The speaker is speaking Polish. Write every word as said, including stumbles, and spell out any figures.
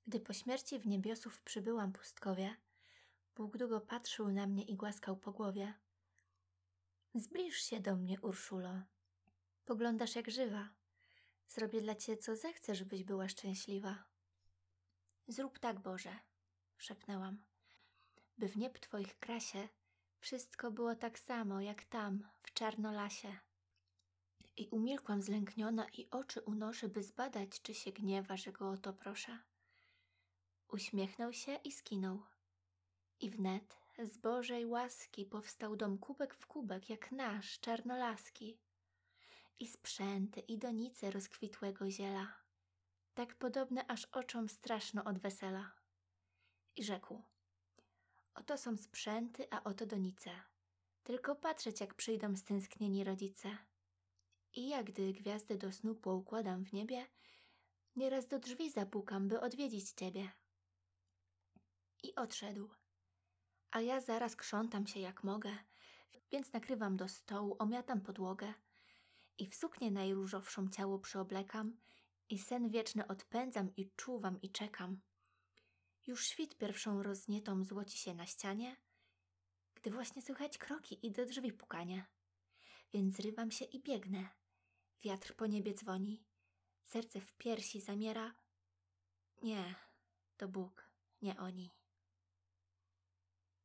Gdy po śmierci w niebiosów przybyłam pustkowie, Bóg długo patrzył na mnie i głaskał po głowie. Zbliż się do mnie, Urszulo. Poglądasz jak żywa. Zrobię dla ciebie, co zechcę, żebyś była szczęśliwa. Zrób tak, Boże, szepnęłam, by w nieb twoich krasie wszystko było tak samo, jak tam, w czarnolasie. I umilkłam zlękniona i oczy unoszę, by zbadać, czy się gniewa, że go o to proszę. Uśmiechnął się i skinął. I wnet z Bożej łaski powstał dom kubek w kubek, jak nasz, czarnolaski. I sprzęty, i donice rozkwitłego ziela, tak podobne aż oczom straszno od wesela. I rzekł, oto są sprzęty, a oto donice. Tylko patrzeć, jak przyjdą stęsknieni rodzice. I ja, gdy gwiazdy do snu poukładam w niebie, nieraz do drzwi zapukam, by odwiedzić ciebie. I odszedł. A ja zaraz krzątam się jak mogę, więc nakrywam do stołu, omiatam podłogę i w suknię najróżowszą ciało przyoblekam i sen wieczny odpędzam i czuwam i czekam. Już świt pierwszą roznietą złoci się na ścianie, gdy właśnie słychać kroki i do drzwi pukanie. Więc zrywam się i biegnę. Wiatr po niebie dzwoni, serce w piersi zamiera. Nie, to Bóg, nie oni.